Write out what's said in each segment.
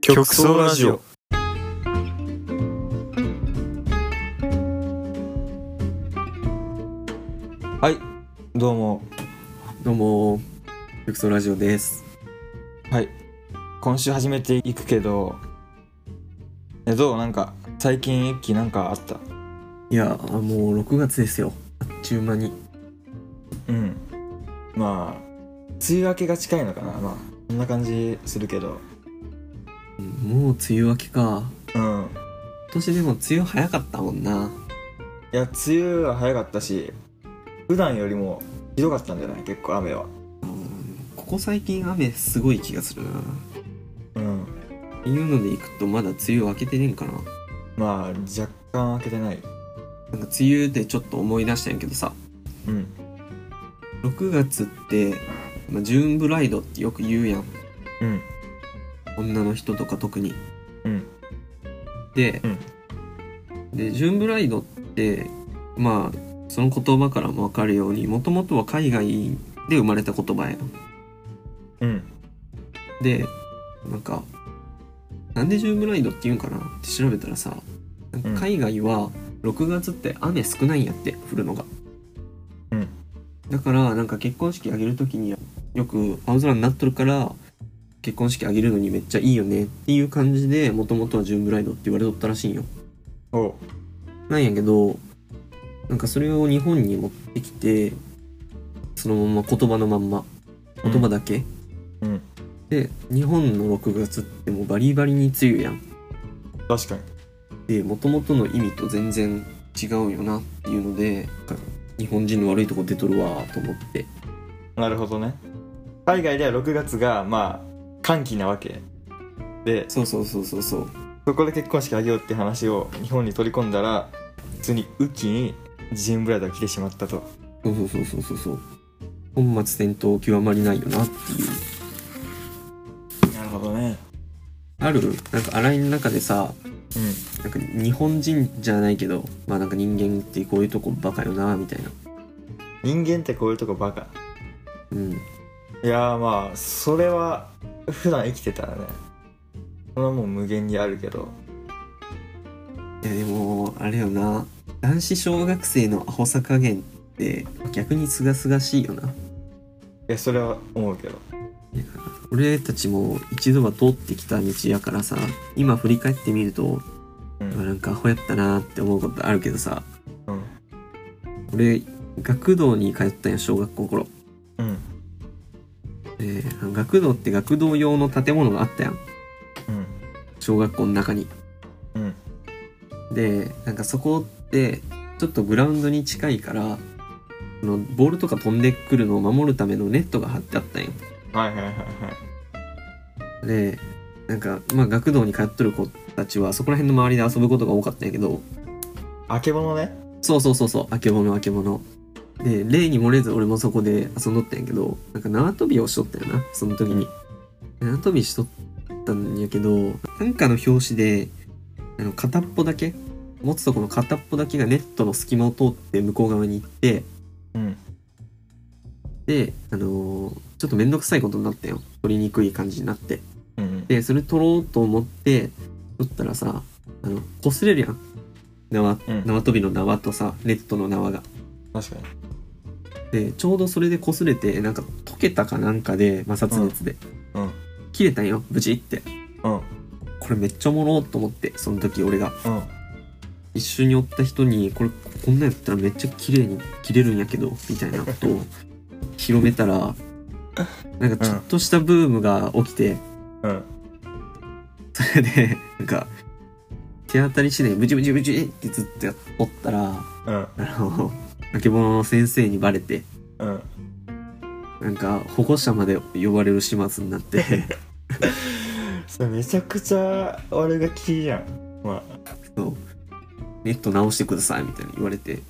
極総ラジオ。はい、どうも極総ラジオです。 はい、今週始めていくけど、どうなんか最近一期なんかあった？ いやもう6月ですよ。あっちゅう間に。 まあ梅雨明けが近いのかな。まあそんな感じするけど、 もう梅雨明けか。今うん年でも梅雨早かったもんな。 いや梅雨は早かったし、普段よりもひどかったんじゃない？結構雨は。 ここ最近雨すごい気がするな。っていうのでいくとまだ梅雨明けてねえんかな。 まあ若干明けてない。 なんか梅雨でちょっと思い出したんやけどさ、6月って、ジューンブライドってよく言うやん。女の人とか特に。で、でジューンブライドってその言葉からも分かるように、もともとは海外で生まれた言葉やん。で、なんでジューンブライドって言うんかなって調べたらさ、海外は6月って雨少ないんやって、降るのが。だから結婚式挙げるときによく青空になっとるから結婚式挙げるのにめっちゃいいよねっていう感じで、もともとはジューンブライドって言われとったらしいんよ。なんやけど、それを日本に持ってきて、そのまま言葉のまんま言葉だけ、で日本の6月ってもうバリバリに梅雨やん。 確かに。 で元々の意味と全然違うよなっていうので、日本人の悪いとこ出とるわと思って。 なるほどね。海外では6月が寒気なわけで、 そうそこで結婚式あげようって話を日本に取り込んだら、普通に雨季にジューンブライドが来てしまったと。 そう本末転倒極まりないよなっていう。 なるほどね。 ある洗いの中でさ、日本人じゃないけど、人間ってこういうとこバカよなみたいな。 人間ってこういうとこバカ。いやそれは普段生きてたらね、それはもう無限にあるけど。 いやでもあれよな、男子小学生のアホさ加減って逆に清々しいよな。いやそれは思うけど、 俺たちも一度は通ってきた道やからさ、今振り返ってみると、アホやったなって思うことあるけどさ、俺学童に通ったんや、小学校の頃。学童って学童用の建物があったやん、小学校の中に。でそこってちょっとグラウンドに近いから、ボールとか飛んでくるのを守るためのネットが張ってあったんよ。で学童に通っとる子たちはそこら辺の周りで遊ぶことが多かったんやけど。 あけぼのね。 そうあけぼので、例に漏れず俺もそこで遊んどったんやけど、縄跳びをしとったよな、その時に。縄跳びしとったんやけど、の拍子で片っぽだけ、持つとこの片っぽだけがネットの隙間を通って向こう側に行って、でちょっとめんどくさいことになったよ。取りにくい感じになって、でそれ取ろうと思って取ったらさ、擦れるやん、縄跳びの縄とさ、ネットの縄が。 確かに。 でちょうどそれで擦れて、溶けたかなんかで摩擦熱で、切れたんよ、ブチって。これめっちゃおもろーと思って、その時俺が、一緒におった人に、こんなんやったらめっちゃ綺麗に切れるんやけどみたいなことを広めたら、ちょっとしたブームが起きて、それで手当たり次第ブチブチブチってずっとやっとったら、あけぼのの先生にバレて、保護者まで呼ばれる始末になってそれめちゃくちゃ俺がキーじゃん。 そうネット直してくださいみたいに言われて、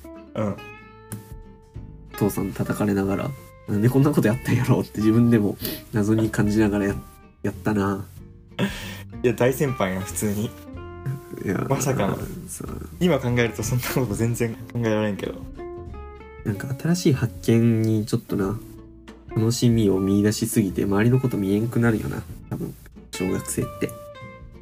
父さん叩かれながら、なんでこんなことやったんやろって自分でも謎に感じながら やったな。 いや大先輩やん、普通に。 いやまさかの。今考えるとそんなこと全然考えられんけど、 新しい発見にちょっとな、楽しみを見出しすぎて周りのこと見えんくなるよな、多分小学生って。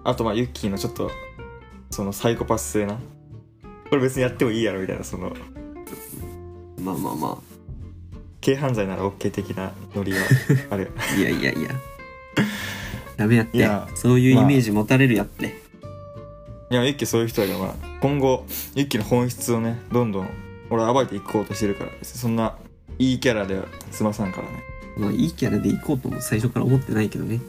あとまあユッキーのちょっとそのサイコパス性な、これ別にやってもいいやろみたいな、そのまあまあま軽犯罪なら OK 的なノリはあるあいやいやいやダメやっていやそういうイメージ持たれるやって、 いやユッキーそういう人だから、まあ今後ユッキーの本質をねどんどん俺は暴いていこうとしてるから、別にそんないいキャラでは済まさんからね。 まあいいキャラでいこうとも最初から思ってないけどね。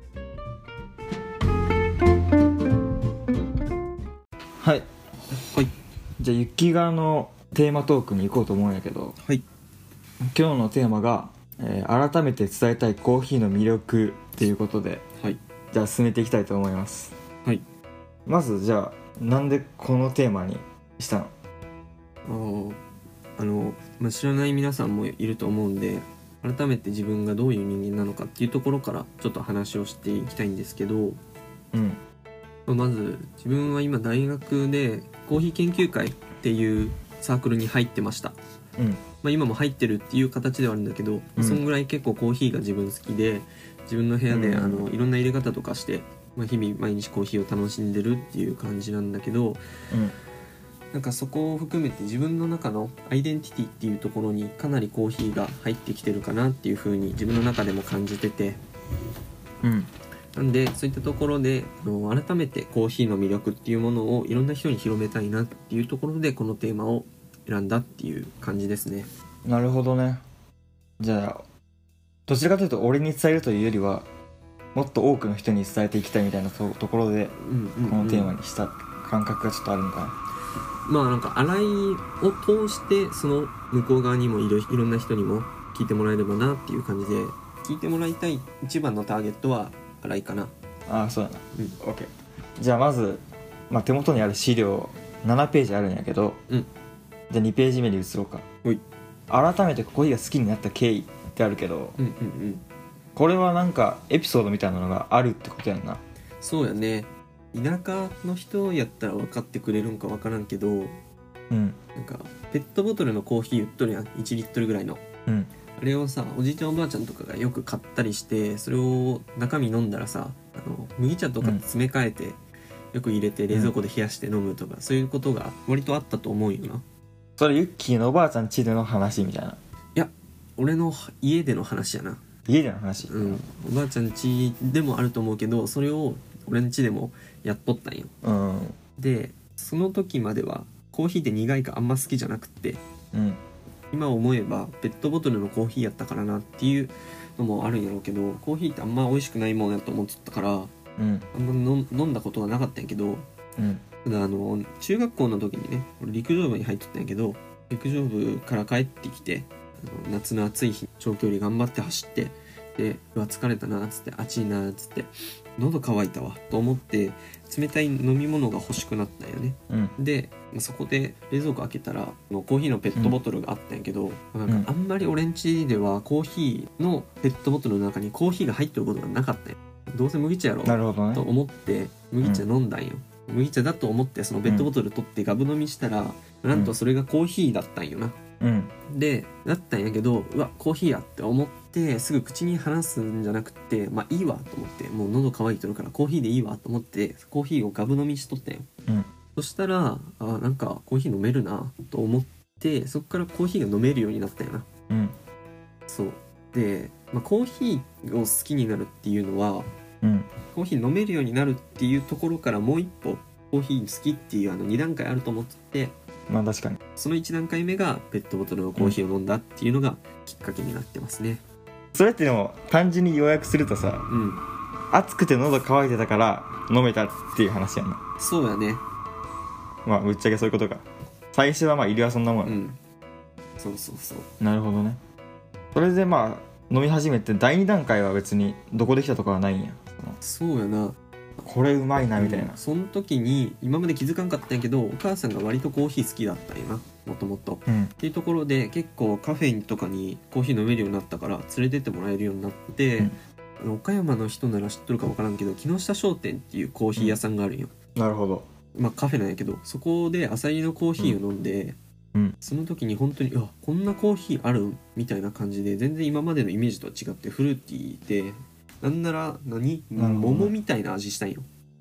はいはい。 じゃあユッキー側のテーマトークに行こうと思うんやけど、 はい。 今日のテーマが、改めて伝えたいコーヒーの魅力っていうことで、 はい。 じゃあ進めていきたいと思います。 はい。 まずじゃあなんでこのテーマにしたの？ まあ、知らない皆さんもいると思うんで、改めて自分がどういう人間なのかっていうところからちょっと話をしていきたいんですけど、 うん。 まず自分は今大学でコーヒー研究会っていうサークルに入ってました。 うんまあ、今も入ってるっていう形ではあるんだけど、そんぐらい結構コーヒーが自分好きで、自分の部屋でいろんな入れ方とかして、まあ、日々毎日コーヒーを楽しんでるっていう感じなんだけど、なんかそこを含めて自分の中のアイデンティティっていうところにかなりコーヒーが入ってきてるかなっていう風に自分の中でも感じてて、なんでそういったところで改めてコーヒーの魅力っていうものをいろんな人に広めたいなっていうところでこのテーマを選んだっていう感じですね。 なるほどね。じゃあどちらかというと俺に伝えるというよりはもっと多くの人に伝えていきたいみたいなところでこのテーマにした感覚がちょっとあるのかな。 まあなんか洗いを通してその向こう側にもいろんな人にも聞いてもらえればなっていう感じで、聞いてもらいたい一番のターゲットは洗いかな。 ああそうだな。OK。じゃあまず、手元にある資料7ページあるんやけど、じゃあ2ページ目に移ろうか。改めてコーヒーが好きになった経緯ってあるけど、これはなんかエピソードみたいなのがあるってことやんな。 そうやね。田舎の人やったら分かってくれるんか分からんけど、なんかペットボトルのコーヒー売っとるやん、1リットルぐらいの、あれをさおじいちゃんおばあちゃんとかがよく買ったりして、それを中身飲んだらさ麦茶とか詰め替えて、よく入れて冷蔵庫で冷やして飲むとか、そういうことが割とあったと思うよな。 それユッキーのおばあちゃん家での話みたいな？ いや俺の家での話やな。 家での話？ おばあちゃん家でもあると思うけど、それを俺ん家でもやっとったんよ。でその時まではコーヒーって苦いかあんま好きじゃなくって、今思えばペットボトルのコーヒーやったからなっていうのもあるんやろうけど、コーヒーってあんま美味しくないもんやと思ってたから、あんま飲んだことがなかったんやけど、ただ中学校の時にね、俺陸上部に入っとったんやけど、陸上部から帰ってきて夏の暑い日長距離頑張って走って、でうわ疲れたなっつって、暑いなっつって喉乾いたわと思って冷たい飲み物が欲しくなったんよね。でそこで冷蔵庫開けたらコーヒーのペットボトルがあったんやけど、なんかあんまり俺ん家ではコーヒーのペットボトルの中にコーヒーが入ってることがなかったんよ。どうせ麦茶やろと思って麦茶飲んだんよ。麦茶だと思ってそのペットボトル取ってガブ飲みしたら、なんとそれがコーヒーだったんよな。でだったんやけど、うわコーヒーやって思ってすぐ口に離すんじゃなくて、まあいいわと思って、もう喉乾いてるからコーヒーでいいわと思ってコーヒーをガブ飲みしとったんよ。そしたらなんかコーヒー飲めるなと思って、そっからコーヒーが飲めるようになったよな。そうで、コーヒーを好きになるっていうのは、コーヒー飲めるようになるっていうところからもう一歩コーヒー好きっていう2段階あると思ってて、 確かにその1段階目がペットボトルのコーヒーを飲んだっていうのがきっかけになってますね。 それってでも単純に要約するとさ、暑くて喉乾いてたから飲めたっていう話やんな。 そうやね。 ぶっちゃけそういうことか。最初は入りはそんなもんや、 そう。 なるほどね。それで飲み始めて第2段階は別にどこできたとかはないんや。 そうやな。 これうまいなみたいな、 その時に今まで気づかんかったんやけど、お母さんが割とコーヒー好きだったんやな、もともと。っていうところで結構カフェとかにコーヒー飲めるようになったから連れてってもらえるようになって、岡山の人なら知っとるか分からんけど、木下商店っていうコーヒー屋さんがあるんよ。 なるほど。 カフェなんやけど、そこでアサリのコーヒーを飲んで、その時に本当にこんなコーヒーあるみたいな感じで、全然今までのイメージとは違ってフルーティーで、なんなら桃みたいな味したんよ。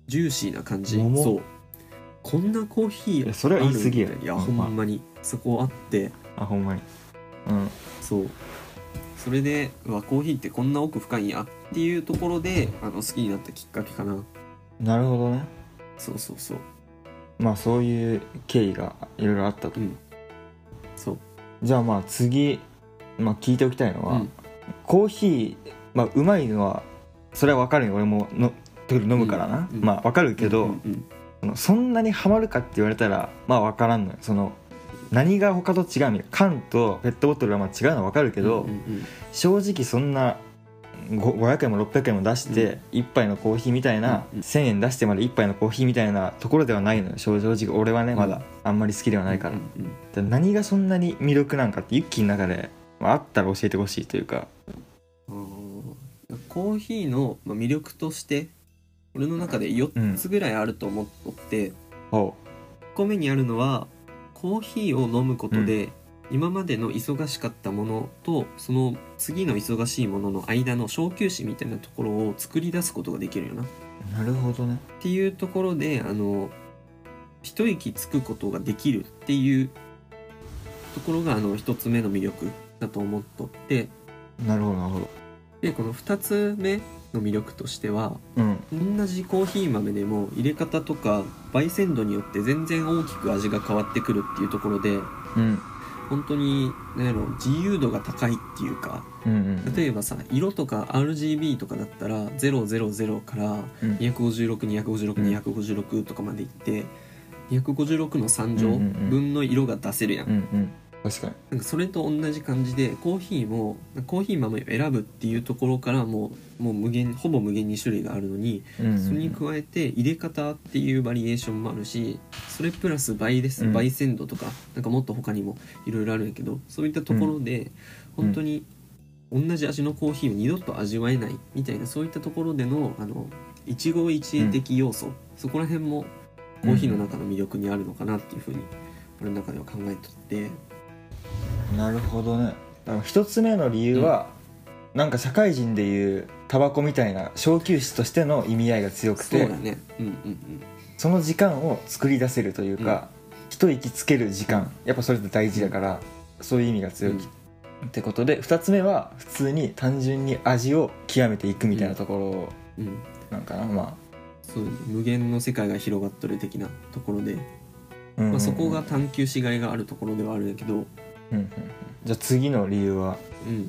ジューシーな感じ。 桃そうこんなコーヒーそれは言い過ぎやあるみたいな。いやほんまにそこあって、 ほんまに。うん。 そうそれでコーヒーってこんな奥深いんやっていうところで好きになったきっかけかな。 なるほどね。 そうそうそう。 まあそういう経緯がいろいろあったと。 そうじゃあまあ次、聞いておきたいのは、コーヒー、うまいのはそれは分かるよ。俺も飲むからな、分かるけど、そんなにハマるかって言われたら分からんのよ。その何が他と違うのか、缶とペットボトルは違うのは分かるけど、正直そんな500円も600円も出して1杯のコーヒーみたいな、1000円出してまで1杯のコーヒーみたいなところではないのよ、正直俺はね。まだあんまり好きではないから、何がそんなに魅力なんかってユッキーの中であったら教えてほしいというか。 コーヒーの魅力として俺の中で4つぐらいあると思っとって、1個目にあるのはコーヒーを飲むことで、今までの忙しかったものとその次の忙しいものの間の小休止みたいなところを作り出すことができるよな。 なるほどね。 っていうところで一息つくことができるっていうところが一つ目の魅力だと思っとって。 なるほどなるほど。 でこの2つ目の魅力としては、同じコーヒー豆でも入れ方とか焙煎度によって全然大きく味が変わってくるっていうところで、本当に自由度が高いっていうか、例えばさ色とか RGB とかだったら000から256256256256とかまでいって256の3乗分の色が出せるやん。 確かになんかそれと同じ感じでコーヒーもコーヒー豆を選ぶっていうところからもうほぼ無限に種類があるのに、それに加えて入れ方っていうバリエーションもあるし、それプラス焙煎度とかなんかもっと他にもいろいろあるんやけど、そういったところで本当に同じ味のコーヒーを二度と味わえないみたいな、そういったところでの一期一会的要素、そこら辺もコーヒーの中の魅力にあるのかなっていうふうに俺の中では考えとって。 なるほどね。一つ目の理由は、なんか社会人でいうタバコみたいな小休止としての意味合いが強くて、 そうだね、 その時間を作り出せるというか、一息つける時間、やっぱそれって大事だから、そういう意味が強い、ってことで、2つ目は普通に単純に味を極めていくみたいなところなんかな。 そう無限の世界が広がっとる的なところで、そこが探求しがいがあるところではあるんだけど、 じゃあ次の理由は、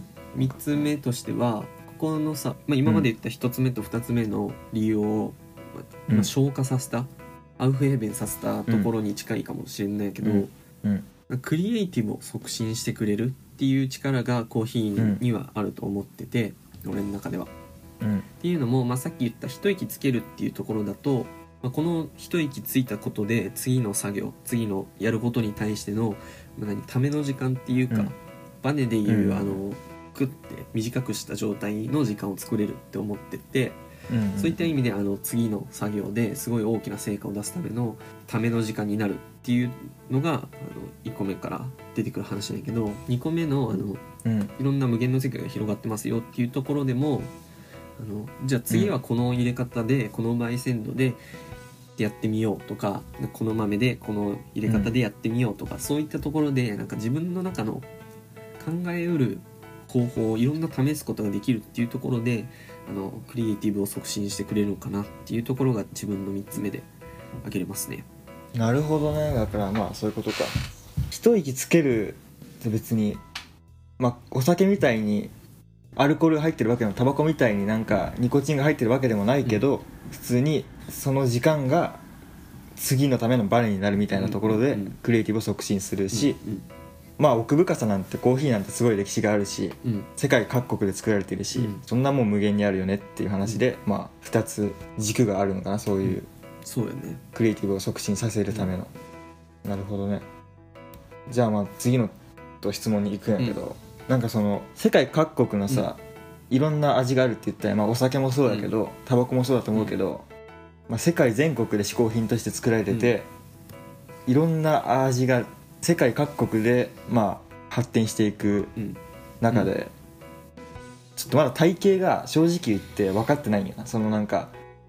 3つ目としてはここのさ、今まで言った1つ目と2つ目の理由を、消化させた、アウフヘーベンさせたところに近いかもしれないけど、クリエイティブを促進してくれるっていう力がコーヒーにはあると思ってて、俺の中では。っていうのも、さっき言った一息つけるっていうところだと、この一息ついたことで次の作業、次のやることに対してのための時間っていうか、バネでいうクッて短くした状態の時間を作れるって思ってて、そういった意味で次の作業ですごい大きな成果を出すための時間になるっていうのが1個目から出てくる話だけど、2個目のいろんな無限の世界が広がってますよっていうところでも、じゃあ次はこの入れ方で、この焙煎度でやってみようとか、この豆でこの入れ方でやってみようとか、そういったところでなんか自分の中の考えうる方法をいろんな試すことができるっていうところでクリエイティブを促進してくれるのかなっていうところが自分の3つ目で挙げれますね。 なるほどね。だからそういうことか。一息つけるって別にお酒みたいにアルコールが入ってるわけでもタバコみたいになんかニコチンが入ってるわけでもないけど、普通にその時間が次のためのバネになるみたいなところでクリエイティブを促進するし、奥深さなんてコーヒーなんてすごい歴史があるし、世界各国で作られてるし、そんなもん無限にあるよねっていう話で、2つ軸があるのかな、そういうそうよね、 クリエイティブを促進させるための。なるほどね。じゃあ次の質問に行くんやけど、なんかその世界各国のさ、いろんな味があるって言ったら、お酒もそうだけど、タバコもそうだと思うけど、世界全国で嗜好品として作られてて、いろんな味が世界各国で発展していく中で、ちょっとまだ体系が正直言って分かってないんよな。そのなんか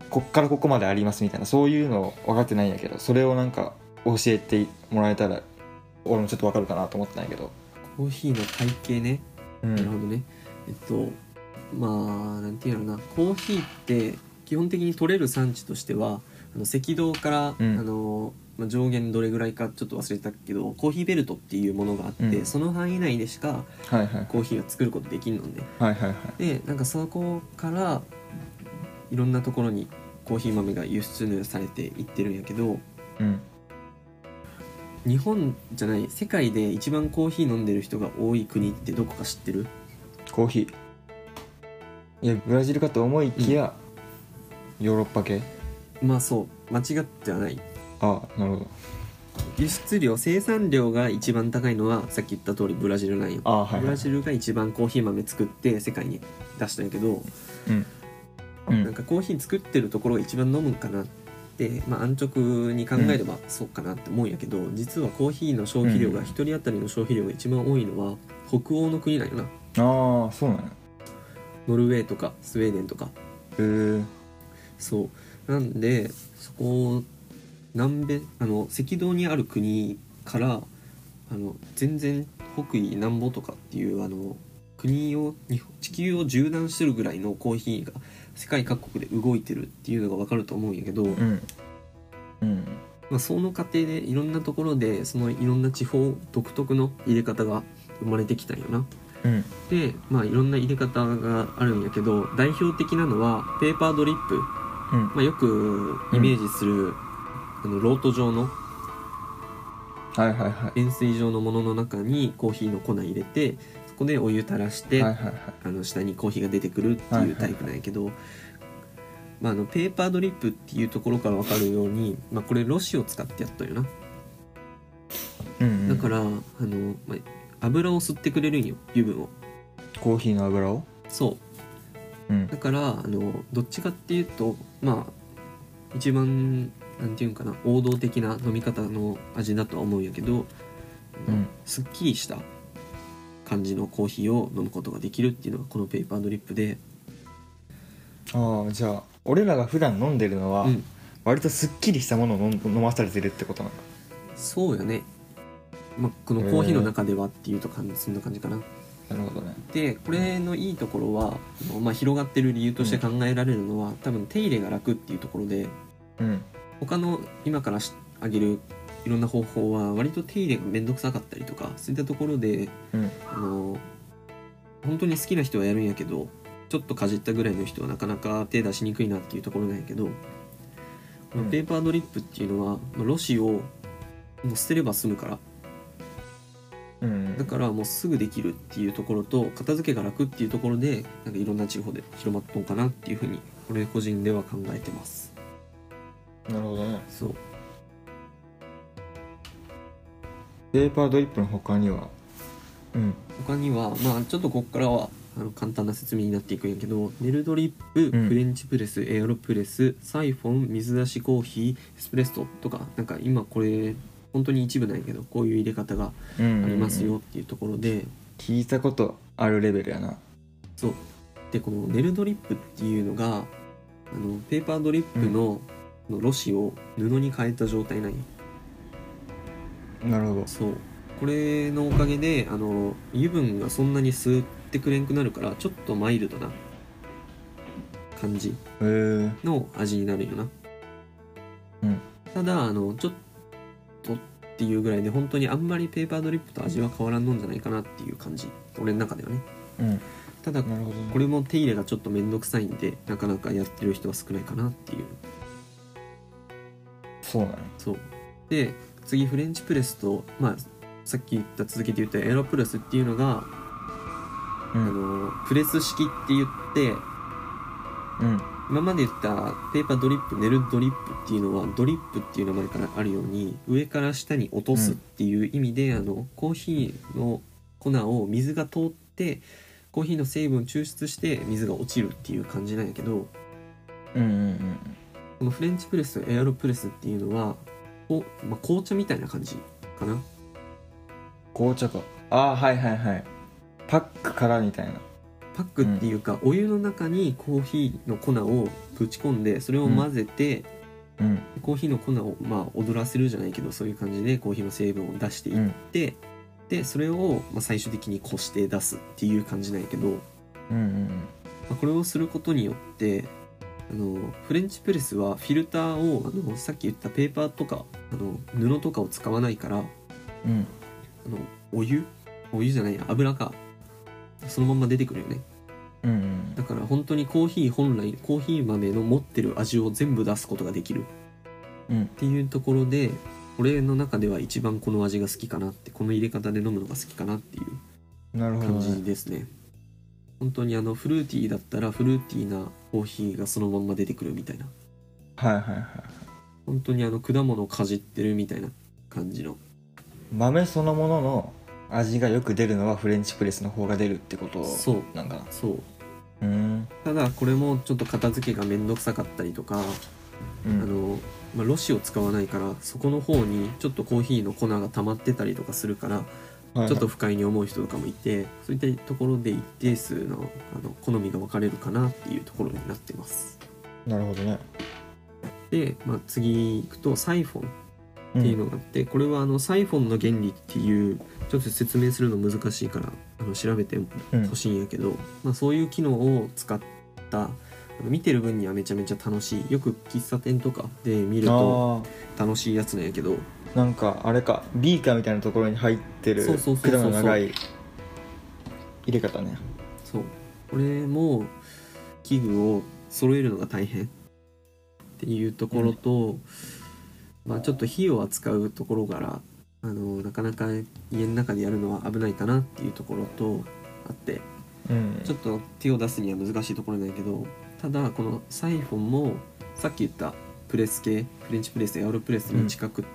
こっからここまでありますみたいな、そういうの分かってないんやけど、それをなんか教えてもらえたら俺もちょっと分かるかなと思ってないけど。 コーヒーの体系ね、なるほどね。まあなんていうのかな、コーヒーって基本的に取れる産地としては赤道から、上限どれぐらいかちょっと忘れたけどコーヒーベルトっていうものがあって、その範囲内でしかコーヒーが作ることできるのね、でなんかそこからいろんなところにコーヒー豆が輸出されていってるんやけど、日本じゃない世界で一番コーヒー飲んでる人が多い国ってどこか知ってる？ コーヒー、いやブラジルかと思いきや、ヨーロッパ系。 まあそう間違ってはない。 ああ、なるほど。 輸出量生産量が一番高いのはさっき言った通りブラジルなんよ。ブラジルが一番コーヒー豆作って世界に出したんやけど、なんかコーヒー作ってるところが一番飲むんかなって、安直に考えればそうかなって思うんやけど、実はコーヒーの消費量が1人当たりの消費量が一番多いのは北欧の国なんよな。 ああ、そうなんや。 ノルウェーとかスウェーデンとか。そうなんでそこ南米赤道にある国から全然北緯南北とかっていう地球を縦断してるぐらいのコーヒーが世界各国で動いてるっていうのが分かると思うんやけど、その過程でいろんなところでそのいろんな地方独特の入れ方が生まれてきたんよな。でいろんな入れ方があるんやけど代表的なのはペーパードリップ、よくイメージする、ロート状の円錐状のものの中にコーヒーの粉入れてそこでお湯垂らして、下にコーヒーが出てくるっていうタイプなんやけど、ペーパードリップっていうところから分かるように、これロシを使ってやったよな。だから油を吸ってくれるんよ、油分を。 コーヒーの油を。 そう、だからどっちかっていうと一番なんていうんかな王道的な飲み方の味だとは思うんやけど、すっきりした感じのコーヒーを飲むことができるっていうのがこのペーパードリップで。 じゃあ俺らが普段飲んでるのは、割とすっきりしたものを飲まされてるってことなのか。 そうよね。このコーヒーの中ではっていうとそんな感じかな。 なるほどね。 でこれのいいところは広がってる理由として考えられるのは、多分手入れが楽っていうところで、他の今からあげるいろんな方法は割と手入れがめんどくさかったりとかそういったところで、本当に好きな人はやるんやけどちょっとかじったぐらいの人はなかなか手出しにくいなっていうところなんやけど、ペーパードリップっていうのはロシをもう捨てれば済むから、だからもうすぐできるっていうところと片付けが楽っていうところでなんかいろんな地方で広まっとんかなっていうふうに俺個人では考えてます。 なるほどね。 そう。 ペーパードリップの他には、 ちょっとここからは簡単な説明になっていくんやけど、ネルドリップ、フレンチプレス、エアロプレス、サイフォン、水出しコーヒー、エスプレッソとか、なんか今これ本当に一部なんやけどこういう入れ方がありますよっていうところで、 聞いたことあるレベルやな。 そうでこのネルドリップっていうのがペーパードリップのロシを布に変えた状態なんよ。 なるほど。 そうこれのおかげで油分がそんなに吸ってくれんくなるからちょっとマイルドな感じの味になるよな。ただちょっとっていうぐらいで本当にあんまりペーパードリップと味は変わらんのんじゃないかなっていう感じ、俺の中ではね。ただこれも手入れがちょっとめんどくさいんでなかなかやってる人は少ないかなっていう。 そうなの。 そうで次フレンチプレスとさっき言った続けて言ったエアロプレスっていうのが、プレス式って言って、今まで言ったペーパードリップ、ネルドリップっていうのはドリップっていう名前からあるように上から下に落とすっていう意味で、コーヒーの粉を水が通ってコーヒーの成分を抽出して水が落ちるっていう感じなんやけど、このフレンチプレスとエアロプレスっていうのは紅茶みたいな感じかな。 紅茶か。はいはいはい。パックからみたいな。 パックっていうか、お湯の中にコーヒーの粉をぶち込んでそれを混ぜて、コーヒーの粉を踊らせるじゃないけど、そういう感じでコーヒーの成分を出していって、でそれを最終的にこして出すっていう感じなんやけど、これをすることによってフレンチプレスはフィルターをさっき言ったペーパーとか布とかを使わないから、お湯じゃないや、油かそのまま出てくるよね。だから本当にコーヒー本来コーヒー豆の持ってる味を全部出すことができる、っていうところで、俺の中では一番この味が好きかなって、この入れ方で飲むのが好きかなっていう感じですね。本当にフルーティーだったらフルーティーなコーヒーがそのまま出てくるみたいな、本当に果物をかじってるみたいな感じの。 豆そのものの味がよく出るのはフレンチプレスの方が出るってことなんかな。 そうただこれもちょっと片付けがめんどくさかったりとか、ロシを使わないからそこの方にちょっとコーヒーの粉が溜まってたりとかするから、ちょっと不快に思う人とかもいて、そういったところで一定数の好みが分かれるかなっていうところになってます。 なるほどね。 で、次行くとサイフォンっていうのがあって、これはサイフォンの原理っていうちょっと説明するの難しいから調べてほしいんやけど、そういう機能を使った見てる分にはめちゃめちゃ楽しい、よく喫茶店とかで見ると楽しいやつなんやけど、 なんかあれか、ビーカーみたいなところに入ってる管の長い入れ方ね。 そう、これも器具を揃えるのが大変っていうところと、ちょっと火を扱うところからなかなか家の中でやるのは危ないかなっていうところとあって、ちょっと手を出すには難しいところなんだけど、ただこのサイフォンもさっき言ったプレス系、フレンチプレスやエアロプレスに近くって、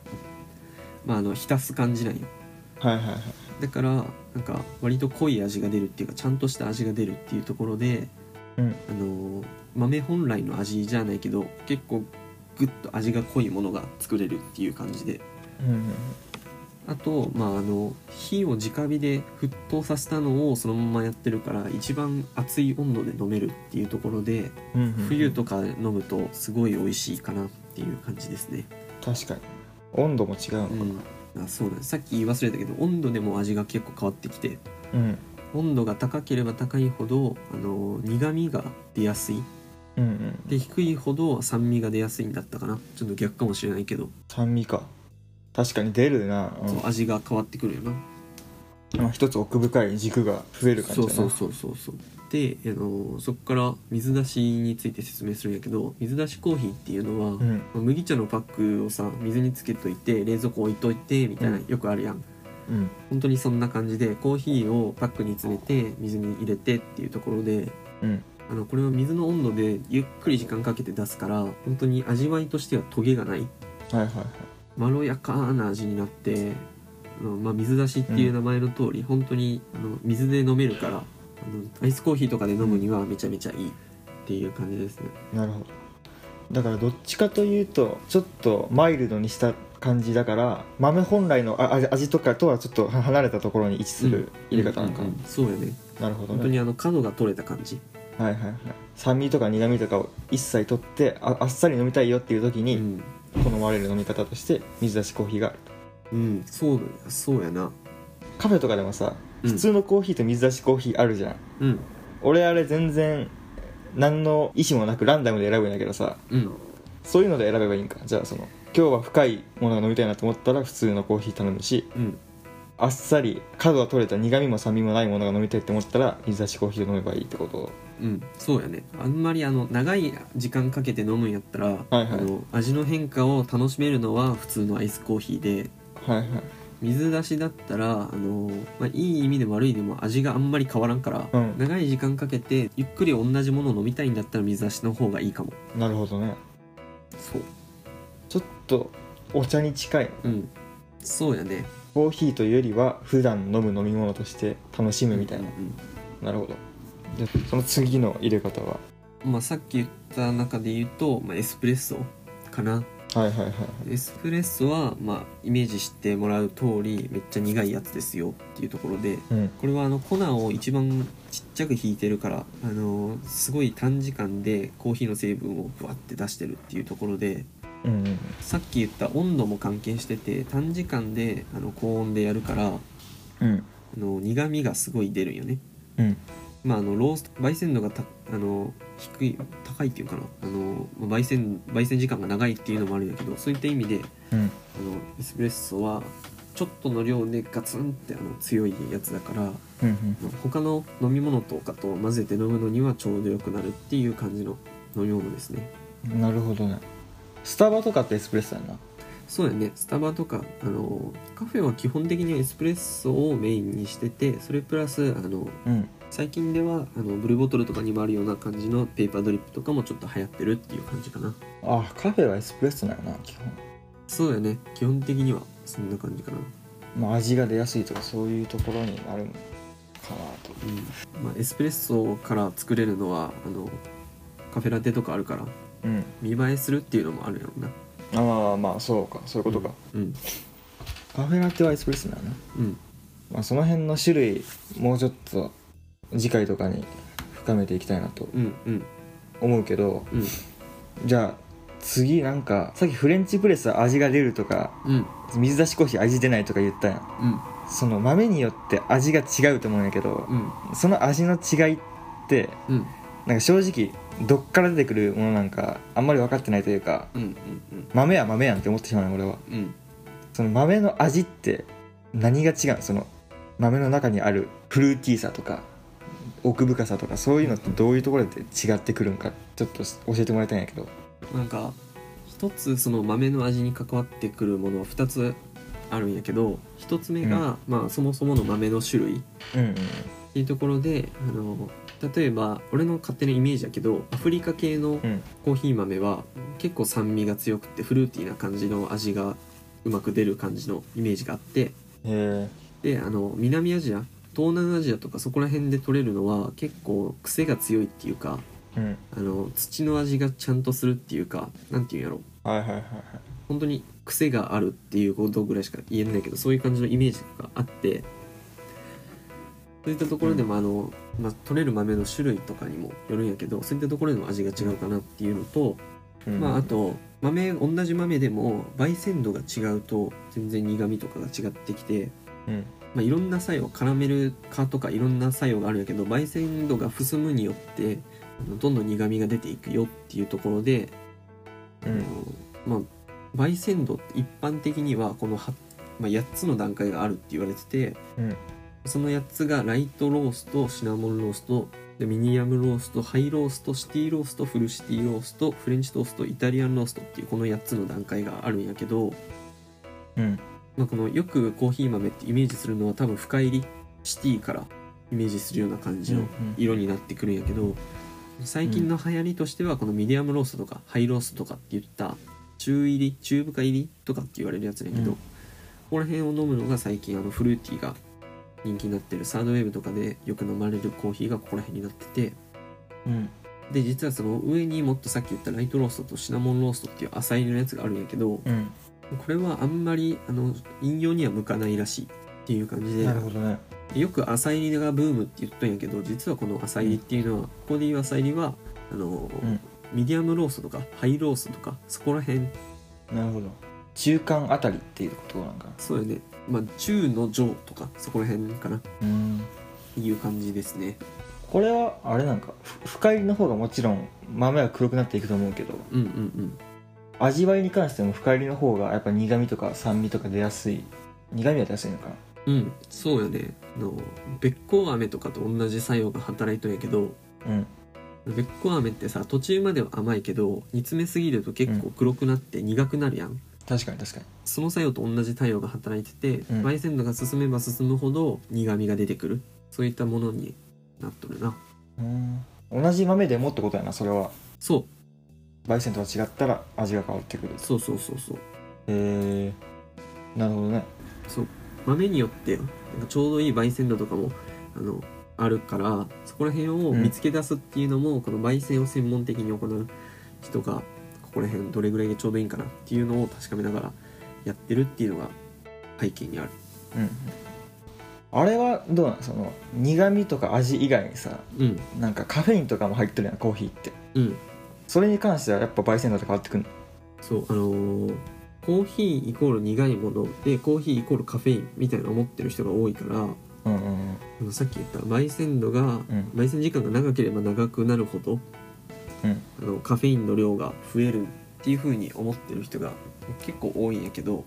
浸す感じなんよ。だからなんか割と濃い味が出るっていうか、ちゃんとした味が出るっていうところで、豆本来の味じゃないけど結構グッと味が濃いものが作れるっていう感じで、あと火を直火で沸騰させたのをそのままやってるから一番熱い温度で飲めるっていうところで、冬とか飲むとすごい美味しいかなっていう感じですね。 確かに温度も違うのかな。 そうなんです。さっき言い忘れたけど温度でも味が結構変わってきて、温度が高ければ高いほど苦味が出やすい、で低いほど酸味が出やすいんだったかな。ちょっと逆かもしれないけど、 酸味か、確かに出るな。 そう味が変わってくるよな。 一つ奥深い軸が増える感じだな。 そうでそこから水出しについて説明するんやけど、水出しコーヒーっていうのは、麦茶のパックをさ水につけといて冷蔵庫置いといてみたいな、よくあるやん。本当にそんな感じでコーヒーをパックに詰めて水に入れてっていうところで、これは水の温度でゆっくり時間かけて出すから本当に味わいとしてはトゲがない、まろやかな味になって、水出しっていう名前の通り、本当に水で飲めるからアイスコーヒーとかで飲むにはめちゃめちゃいいっていう感じですね。 なるほど。だからどっちかというとちょっとマイルドにした感じだから、豆本来の味とかとはちょっと離れたところに位置する入れ方なんかな。 そうやね。 なるほどね。 本当に角が取れた感じ。 酸味とか苦味とかを一切取ってあっさり飲みたいよっていう時に、好まれる飲み方として水出しコーヒーがあると。 そうやな。 カフェとかでもさ、普通のコーヒーと水出しコーヒーあるじゃん。俺あれ全然何の意思もなくランダムで選ぶんだけどさ、そういうので選べばいいんか。じゃあ今日は深いものが飲みたいなと思ったら普通のコーヒー頼むし、あっさり角が取れた苦味も酸味もないものが飲みたいって思ったら水出しコーヒーを飲めばいいってこと。 そうやね。あんまり長い時間かけて飲むんやったら、味の変化を楽しめるのは普通のアイスコーヒーで、水出しだったらいい意味でも悪い意味でも味があんまり変わらんから、長い時間かけてゆっくり同じものを飲みたいんだったら水出しの方がいいかも。 なるほどね。 そう、 ちょっとお茶に近い。 そうやね。 コーヒーというよりは普段飲む飲み物として楽しむみたいな。なるほど。でその次の入れ方はさっき言った中で言うと、エスプレッソかな。 はいはいはい。 エスプレッソは、イメージしてもらう通りめっちゃ苦いやつですよっていうところで、これは粉を一番ちっちゃくひいてるから、すごい短時間でコーヒーの成分をブワッて出してるっていうところで、さっき言った温度も関係してて、短時間で高温でやるから、苦みがすごい出るよね。ロースト焙煎度が高いっていうかな、焙煎時間が長いっていうのもあるんだけど、そういった意味で、エスプレッソはちょっとの量でガツンって強いやつだから、他の飲み物とかと混ぜて飲むのにはちょうどよくなるっていう感じの飲み物ですね。 なるほどね。スタバとかってエスプレッソやな。 そうやね。スタバとかカフェは基本的にはエスプレッソをメインにしてて、それプラス最近ではブルーボトルとかにもあるような感じのペーパードリップとかもちょっと流行ってるっていう感じかな。 あ、カフェはエスプレッソなのな、基本。 そうだね、基本的にはそんな感じかな。 味が出やすいとかそういうところになるのかなと。エスプレッソから作れるのはカフェラテとかあるから、見栄えするっていうのもあるやろうな。 そうか、そういうことか。カフェラテはエスプレッソなの。その辺の種類もうちょっと次回とかに深めていきたいなと思うけど、じゃあ次なんかさっきフレンチプレスは味が出るとか、水出しコーヒー味出ないとか言ったやん。その豆によって味が違うと思うんやけど、その味の違いって、なんか正直どっから出てくるものなんかあんまり分かってないというか、豆は豆やんって思ってしまうの俺は。その豆の味って何が違うの？その豆の中にあるフルーティーさとか奥深さとか、そういうのってどういうところで違ってくるんかちょっと教えてもらいたいんやけど。 なんか一つその豆の味に関わってくるものは2つあるんやけど、1つ目が、そもそもの豆の種類っていうところで、例えば俺の勝手なイメージだけど、アフリカ系のコーヒー豆は結構酸味が強くてフルーティーな感じの味がうまく出る感じのイメージがあって、で南アジア、東南アジアとかそこら辺で取れるのは結構癖が強いっていうか、土の味がちゃんとするっていうか、なんていうんやろ、本当に癖があるっていうことぐらいしか言えないけど、そういう感じのイメージがあって、そういったところでも取れる豆の種類とかにもよるんやけど、そういったところでも味が違うかなっていうのと、あと同じ豆でも焙煎度が違うと全然苦味とかが違ってきて、いろんな作用、カラメル化とかいろんな作用があるんやけど、焙煎度が進むによってどんどん苦味が出ていくよっていうところで、焙煎度って一般的にはこの8つの段階があるって言われてて、その8つがライトロースト、シナモンローストで、ミディアムロースト、ハイロースト、シティロースト、フルシティロースト、フレンチトースト、イタリアンローストっていうこの8つの段階があるんやけど、このよくコーヒー豆ってイメージするのは多分深入りシティからイメージするような感じの色になってくるんやけど、最近の流行りとしてはこのミディアムローストとかハイローストとかっていった中深入りとかって言われるやつやけど、ここら辺を飲むのが最近フルーティーが人気になってるサードウェーブとかでよく飲まれるコーヒーがここら辺になってて、で実はその上にもっとさっき言ったライトローストとシナモンローストっていう浅入りのやつがあるんやけど、これはあんまり飲用には向かないらしいっていう感じで、 なるほどね。 よく浅入りがブームって言ったんやけど、実はこの浅入りっていうのは、ここで言う浅入りはミディアムローストとかハイローストとかそこら辺。 なるほど、中間あたりっていうことなんかな。 そうよね、中の上とかそこら辺かなっていう感じですね。 これはあれなんか深入りの方がもちろん豆は黒くなっていくと思うけど、味わいに関しても深入りの方がやっぱ苦味とか酸味とか出やすい、苦味は出やすいのかな。 そうよね。べっこう飴とかと同じ作用が働いとんやけど、べっこう飴ってさ、途中までは甘いけど煮詰めすぎると結構黒くなって苦くなるやん。 確かに確かに。 その作用と同じ作用が働いてて、焙煎度が進めば進むほど苦味が出てくる、そういったものになっとるな。 同じ豆でもってことやな、それは。 そう、 焙煎とは違ったら味が変わってくる。 そうなるほどね。 そう、豆によってなんかちょうどいい焙煎度とかもあるから、そこら辺を見つけ出すっていうのも、この焙煎を専門的に行う人がこここら辺どれぐらいでちょうどいいんかなっていうのを確かめながらやってるっていうのが背景にある。 あれはどうなん、その苦味とか味以外にさ、なんかカフェインとかも入ってるやんコーヒーって。それに関してはやっぱ焙煎度と変わってくるの？ そうコーヒーイコール苦いものでコーヒーイコールカフェインみたいな思ってる人が多いから、さっき言った焙煎度が、焙煎時間が長ければ長くなるほど、カフェインの量が増えるっていう風に思ってる人が結構多いんやけど、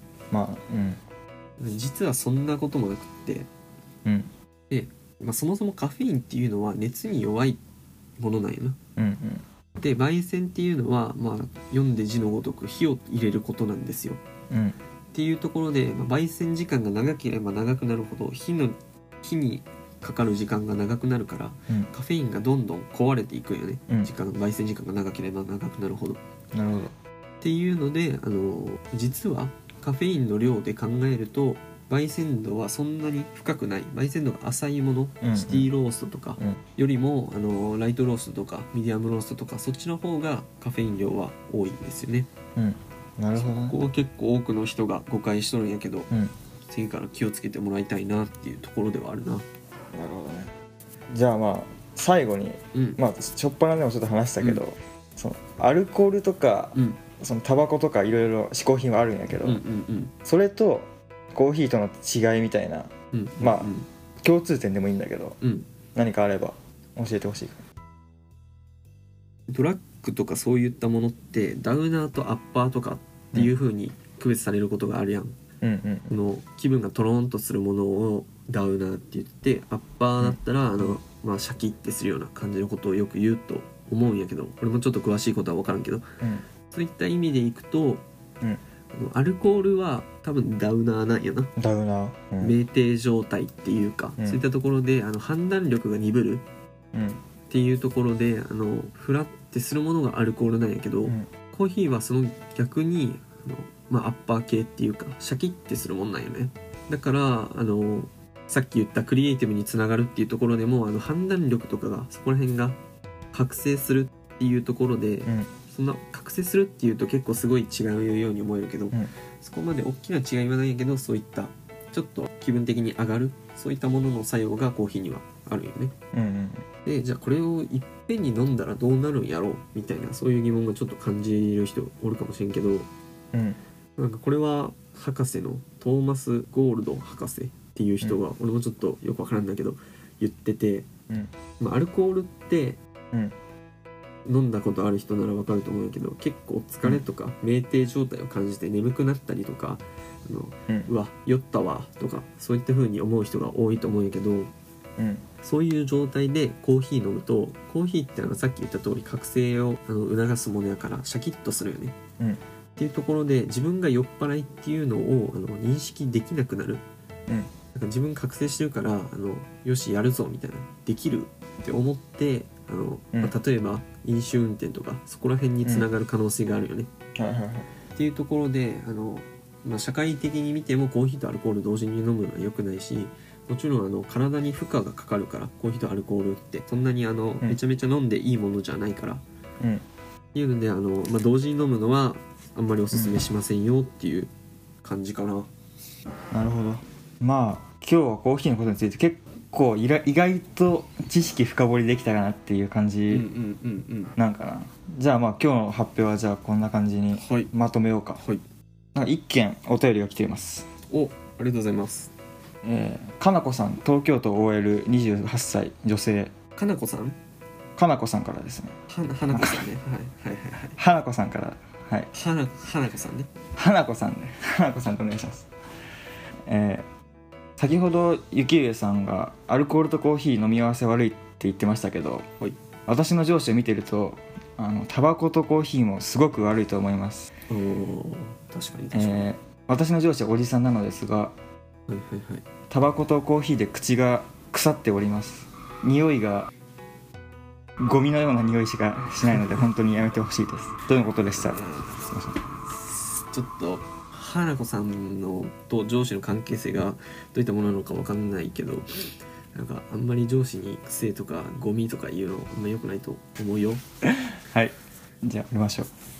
実はそんなこともなくって、で、そもそもカフェインっていうのは熱に弱いものなんやな。で焙煎っていうのは、読んで字のごとく火を入れることなんですよ。っていうところで、焙煎時間が長ければ長くなるほど火にかかる時間が長くなるから、カフェインがどんどん壊れていくよね、焙煎時間が長ければ長くなるほど。 なるほど。 っていうので実はカフェインの量で考えると焙煎度はそんなに深くない、焙煎度が浅いもの、シティローストとかよりもライトローストとかミディアムローストとかそっちの方がカフェイン量は多いんですよね。 なるほどね。 ここは結構多くの人が誤解しとるんやけど、次から気をつけてもらいたいなっていうところではあるな。なるほどね。じゃあ最後に、しょっぱなでもちょっと話したけど、そのアルコールとか、そのタバコとかいろいろ嗜好品はあるんやけど、それとコーヒーとの違いみたいな、共通点でもいいんだけど、何かあれば教えてほしい。 ドラッグとかそういったものってダウナーとアッパーとかっていう風に区別されることがあるやん。この気分がトローンとするものをダウナーって言って、アッパーだったらシャキッてするような感じのことをよく言うと思うんやけど、これもちょっと詳しいことは分からんけど、そういった意味でいくと、アルコールは多分ダウナーなんやな。 ダウナー、 酩酊状態っていうか、そういったところで判断力が鈍るっていうところでフラッてするものがアルコールなんやけど、コーヒーはその逆にアッパー系っていうかシャキッてするもんなんよね。だからさっき言ったクリエイティブにつながるっていうところでも判断力とかがそこら辺が覚醒するっていうところで、そんな覚醒するっていうと結構すごい違うように思えるけど、そこまで大きな違いはないんやけど、そういったちょっと気分的に上がるそういったものの作用がコーヒーにはあるよね。でじゃあこれをいっぺんに飲んだらどうなるんやろうみたいな、そういう疑問がちょっと感じる人おるかもしれんけど、なんかこれは博士のトーマス・ゴールド博士っていう人が、俺もちょっとよくわからんだけど言ってて、アルコールって、飲んだことある人ならわかると思うんだけど、結構疲れとか酩酊状態を感じて眠くなったりとか、うわ酔ったわとかそういった風に思う人が多いと思うんやけど、そういう状態でコーヒー飲むと、コーヒーってさっき言った通り覚醒を促すものやからシャキッとするよね、っていうところで自分が酔っ払いっていうのを認識できなくなる、なんか自分覚醒してるからよしやるぞみたいな、できるって思って例えば飲酒運転とかそこら辺につながる可能性があるよね、っていうところで社会的に見てもコーヒーとアルコール同時に飲むのは良くないし、もちろん体に負荷がかかるから、コーヒーとアルコールってそんなにめちゃめちゃ飲んでいいものじゃないから、っていうので同時に飲むのはあんまりおすすめしませんよっていう感じかな。 なるほど。今日はコーヒーのことについて結構意外と知識深掘りできたかなっていう感じなんかな。じゃあ今日の発表はじゃあこんな感じにまとめようか。なんか一件お便りが来ています。 ありがとうございます。 かなこさん、東京都 OL28 歳女性。 かなこさんからですね。 はなこさんね。 はなこさんから、はい。 はなこさんね。 はなこさんね。はなこさんとお願いします。先ほど雪上さんがアルコールとコーヒー飲み合わせ悪いって言ってましたけど、私の上司を見てるとタバコとコーヒーもすごく悪いと思います。 確かに、 私の上司はおじさんなのですが、タバコとコーヒーで口が腐っております。匂いがゴミのような匂いしかしないので本当にやめてほしいです。ということでした。 ちょっと花子さんのと上司の関係性がどういったものなのか分かんないけど、なんかあんまり上司に癖とかゴミとか言うのあんま良くないと思うよ。 はい、じゃあ見ましょう。